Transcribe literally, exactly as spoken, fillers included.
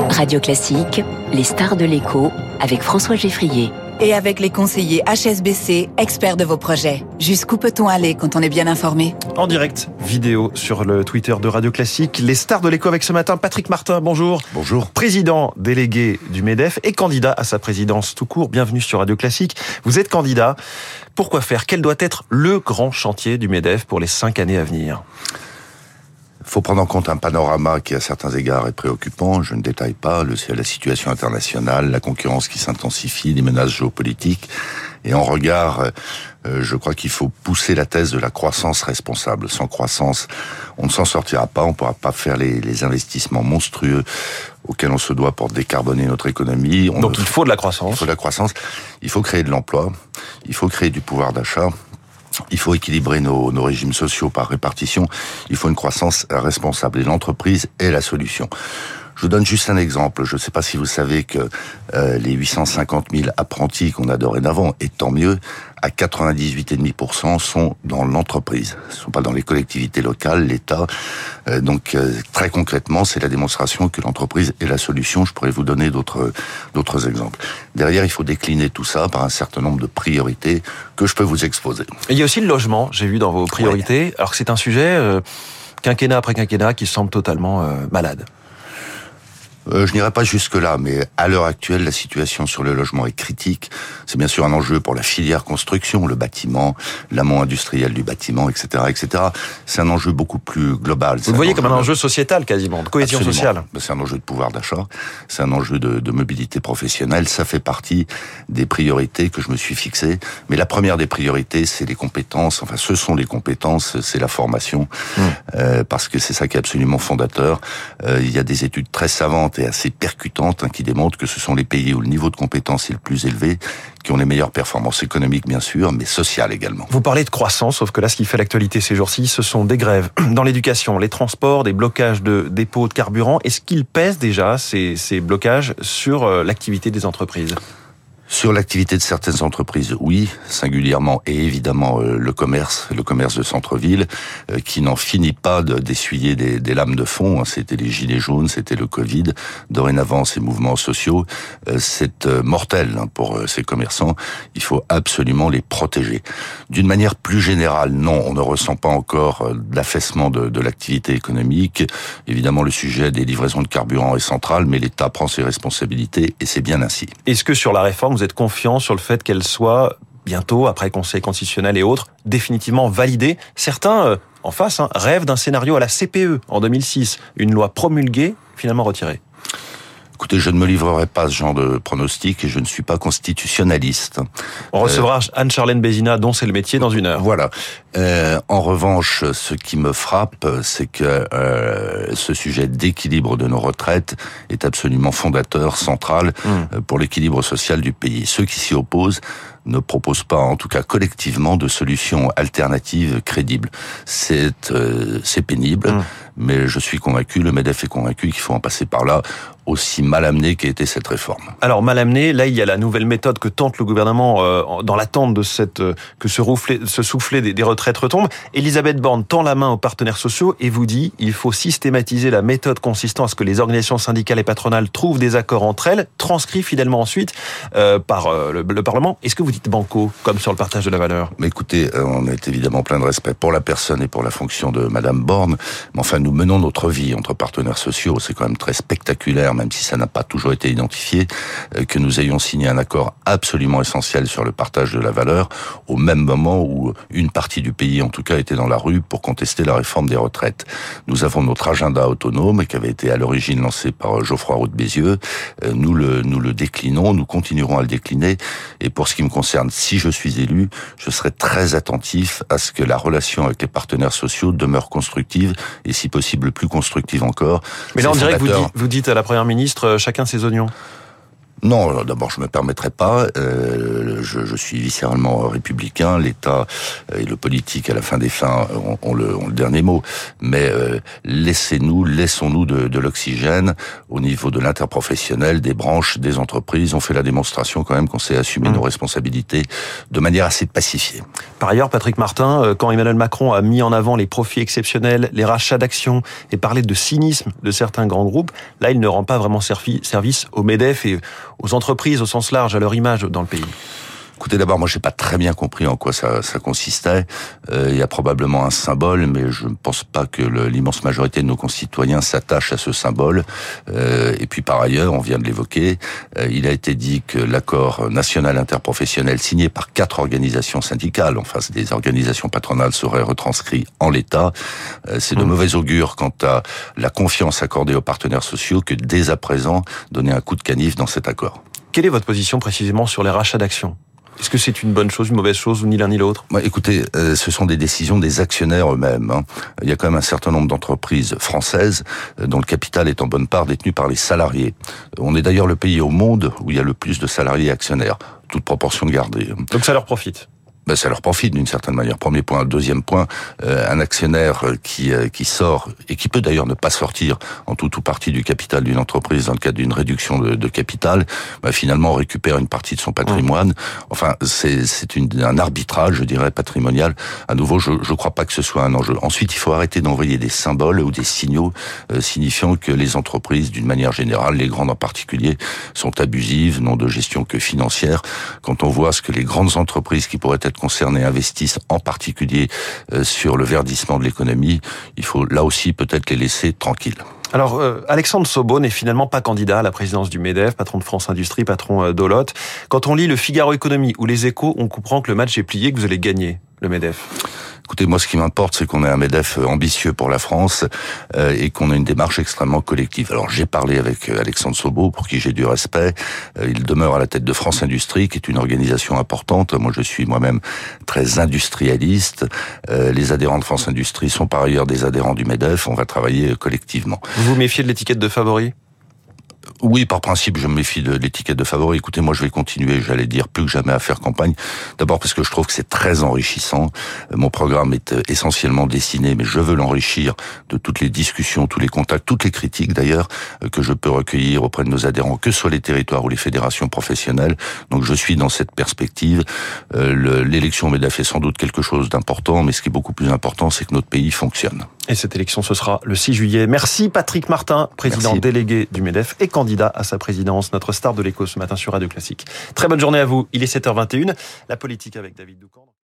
Radio Classique, les stars de l'écho, avec François Geffrier. Et avec les conseillers H S B C, experts de vos projets. Jusqu'où peut-on aller quand on est bien informé ? En direct, vidéo sur le Twitter de Radio Classique. Les stars de l'écho avec ce matin, Patrick Martin, bonjour. Bonjour. Président délégué du MEDEF et candidat à sa présidence tout court. Bienvenue sur Radio Classique. Vous êtes candidat. Pourquoi faire ? Quel doit être le grand chantier du MEDEF pour les cinq années à venir ? Il faut prendre en compte un panorama qui, à certains égards, est préoccupant. Je ne détaille pas le, la situation internationale, la concurrence qui s'intensifie, les menaces géopolitiques. Et en regard, euh, je crois qu'il faut pousser la thèse de la croissance responsable. Sans croissance, on ne s'en sortira pas. On ne pourra pas faire les, les investissements monstrueux auxquels on se doit pour décarboner notre économie. On Donc il faut de la croissance. Il faut de la croissance. Il faut créer de l'emploi. Il faut créer du pouvoir d'achat. Il faut équilibrer nos, nos régimes sociaux par répartition. Il faut une croissance responsable. Et l'entreprise est la solution. Je vous donne juste un exemple. Je ne sais pas si vous savez que euh, les huit cent cinquante mille apprentis qu'on a dorénavant, et tant mieux, à quatre-vingt-dix-huit virgule cinq pour cent sont dans l'entreprise. Ils ne sont pas dans les collectivités locales, l'État. Euh, donc, euh, très concrètement, c'est la démonstration que l'entreprise est la solution. Je pourrais vous donner d'autres d'autres exemples. Derrière, il faut décliner tout ça par un certain nombre de priorités que je peux vous exposer. Et il y a aussi le logement, j'ai vu dans vos priorités. Ouais. Alors que c'est un sujet, euh, quinquennat après quinquennat, qui semble totalement euh, malade. Euh, je n'irai pas jusque-là, mais à l'heure actuelle, la situation sur le logement est critique. C'est bien sûr un enjeu pour la filière construction, le bâtiment, l'amont industriel du bâtiment, et cetera, et cetera. C'est un enjeu beaucoup plus global. Vous le voyez comme un enjeu sociétal quasiment, de cohésion Absolument. sociale. C'est un enjeu de pouvoir d'achat, c'est un enjeu de, de mobilité professionnelle. Ça fait partie des priorités que je me suis fixées. Mais la première des priorités, c'est les compétences. Enfin, ce sont les compétences, c'est la formation, mmh. euh, parce que c'est ça qui est absolument fondateur. Euh, il y a des études très savantes et assez percutante hein, qui démontre que ce sont les pays où le niveau de compétence est le plus élevé qui ont les meilleures performances économiques bien sûr, mais sociales également. Vous parlez de croissance, sauf que là ce qui fait l'actualité ces jours-ci, ce sont des grèves dans l'éducation, les transports, des blocages de dépôts de carburant. Est-ce qu'ils pèsent déjà ces, ces blocages sur l'activité des entreprises ? Sur l'activité de certaines entreprises, oui, singulièrement et évidemment euh, le commerce, le commerce de centre-ville, euh, qui n'en finit pas de, d'essuyer des, des lames de fond. Hein. C'était les gilets jaunes, c'était le Covid. Dorénavant, ces mouvements sociaux, euh, c'est euh, mortel hein, pour euh, ces commerçants. Il faut absolument les protéger. D'une manière plus générale, non, on ne ressent pas encore euh, l'affaissement de, de l'activité économique. Évidemment, le sujet des livraisons de carburant est central, mais l'État prend ses responsabilités et c'est bien ainsi. Est-ce que sur la réforme, vous êtes confiant sur le fait qu'elle soit bientôt, après Conseil constitutionnel et autres, définitivement validée ? Certains, euh, en face, hein, rêvent d'un scénario à la C P E en deux mille six, une loi promulguée, finalement retirée. Écoutez, je ne me livrerai pas à ce genre de pronostic et je ne suis pas constitutionnaliste. On recevra euh, Anne-Charlène Bézina, dont c'est le métier, dans une heure. Voilà. Euh, en revanche, ce qui me frappe, c'est que euh, ce sujet d'équilibre de nos retraites est absolument fondateur, central mmh. pour l'équilibre social du pays. Ceux qui s'y opposent ne proposent pas, en tout cas collectivement, de solutions alternatives crédibles. C'est euh, c'est pénible, mmh. mais je suis convaincu, le MEDEF est convaincu qu'il faut en passer par là, aussi mal amenée qu'a été cette réforme. Alors mal amenée, là il y a la nouvelle méthode que tente le gouvernement euh, dans l'attente de cette euh, que ce, rouflet, ce soufflet des, des retraites retombe. Elisabeth Borne tend la main aux partenaires sociaux et vous dit il faut systématiser la méthode consistant à ce que les organisations syndicales et patronales trouvent des accords entre elles, transcrits fidèlement ensuite euh, par euh, le, le Parlement. Est-ce que vous dites banco, comme sur le partage de la valeur ? Mais écoutez, on est évidemment plein de respect pour la personne et pour la fonction de Madame Borne, mais enfin nous menons notre vie entre partenaires sociaux, c'est quand même très spectaculaire, même si ça n'a pas toujours été identifié, que nous ayons signé un accord absolument essentiel sur le partage de la valeur, au même moment où une partie du pays, en tout cas, était dans la rue pour contester la réforme des retraites. Nous avons notre agenda autonome, qui avait été à l'origine lancé par Geoffroy Roux de Bézieux. Nous le, nous le déclinons, nous continuerons à le décliner, et pour ce qui me concerne, si je suis élu, je serai très attentif à ce que la relation avec les partenaires sociaux demeure constructive, et si possible plus constructive encore. Mais là, on dirait que vous dites, vous dites à la Première ministre, chacun ses oignons. Non, d'abord, je me permettrai pas. Euh, je, je suis viscéralement républicain. L'État et le politique, à la fin des fins, ont, ont, le, ont le dernier mot. Mais euh, laissez-nous, laissons-nous de, de l'oxygène au niveau de l'interprofessionnel, des branches, des entreprises. On fait la démonstration quand même qu'on sait assumer mmh. nos responsabilités de manière assez pacifiée. Par ailleurs, Patrick Martin, quand Emmanuel Macron a mis en avant les profits exceptionnels, les rachats d'actions et parlé de cynisme de certains grands groupes, là, il ne rend pas vraiment servi, service au MEDEF et aux entreprises au sens large, à leur image dans le pays. Écoutez, d'abord, moi, j'ai pas très bien compris en quoi ça, ça consistait. Euh, il y a probablement un symbole, mais je ne pense pas que le, l'immense majorité de nos concitoyens s'attachent à ce symbole. Euh, et puis, par ailleurs, on vient de l'évoquer, euh, il a été dit que l'accord national interprofessionnel signé par quatre organisations syndicales, enfin, des organisations patronales, serait retranscrit en l'état. Euh, c'est de mmh. mauvais augure quant à la confiance accordée aux partenaires sociaux que dès à présent, donner un coup de canif dans cet accord. Quelle est votre position précisément sur les rachats d'actions ? Est-ce que c'est une bonne chose, une mauvaise chose, ou ni l'un ni l'autre ? Bah, écoutez, euh, ce sont des décisions des actionnaires eux-mêmes. Hein. Il y a quand même un certain nombre d'entreprises françaises euh, dont le capital est en bonne part détenu par les salariés. On est d'ailleurs le pays au monde où il y a le plus de salariés actionnaires, toute proportion gardée. Donc ça leur profite ? Ben, ça leur profite d'une certaine manière. Premier point. Deuxième point, euh, un actionnaire qui euh, qui sort, et qui peut d'ailleurs ne pas sortir en tout ou partie du capital d'une entreprise dans le cadre d'une réduction de, de capital, ben, finalement on récupère une partie de son patrimoine. Enfin, c'est c'est une, un arbitrage, je dirais, patrimonial. À nouveau, je je crois pas que ce soit un enjeu. Ensuite, il faut arrêter d'envoyer des symboles ou des signaux euh, signifiant que les entreprises, d'une manière générale, les grandes en particulier, sont abusives, non de gestion que financière. Quand on voit ce que les grandes entreprises qui pourraient être concernés investissent en particulier euh, sur le verdissement de l'économie, il faut là aussi peut-être les laisser tranquilles. Alors, euh, Alexandre Sobo n'est finalement pas candidat à la présidence du MEDEF, patron de France Industrie, patron euh, d'Olot. Quand on lit le Figaro Économie ou les Échos, on comprend que le match est plié, que vous allez gagner le MEDEF. Écoutez, moi, ce qui m'importe, c'est qu'on ait un MEDEF ambitieux pour la France euh, et qu'on ait une démarche extrêmement collective. Alors, j'ai parlé avec Alexandre Sobo, pour qui j'ai du respect. Euh, il demeure à la tête de France Industrie, qui est une organisation importante. Moi, je suis moi-même très industrialiste. Euh, les adhérents de France Industrie sont par ailleurs des adhérents du MEDEF. On va travailler collectivement. Vous vous méfiez de l'étiquette de favori ? Oui, par principe, je me méfie de l'étiquette de favori. Écoutez, moi, je vais continuer, j'allais dire, plus que jamais à faire campagne. D'abord parce que je trouve que c'est très enrichissant. Mon programme est essentiellement dessiné, mais je veux l'enrichir de toutes les discussions, tous les contacts, toutes les critiques d'ailleurs, que je peux recueillir auprès de nos adhérents, que ce soit les territoires ou les fédérations professionnelles. Donc, je suis dans cette perspective. L'élection MEDEF est sans doute quelque chose d'important, mais ce qui est beaucoup plus important, c'est que notre pays fonctionne. Et cette élection, ce sera le six juillet. Merci Patrick Martin, président Merci. délégué du MEDEF et candidat à sa présidence, notre star de l'écho ce matin sur Radio Classique. Très bonne journée à vous, il est sept heures vingt et une. La politique avec David Doucan.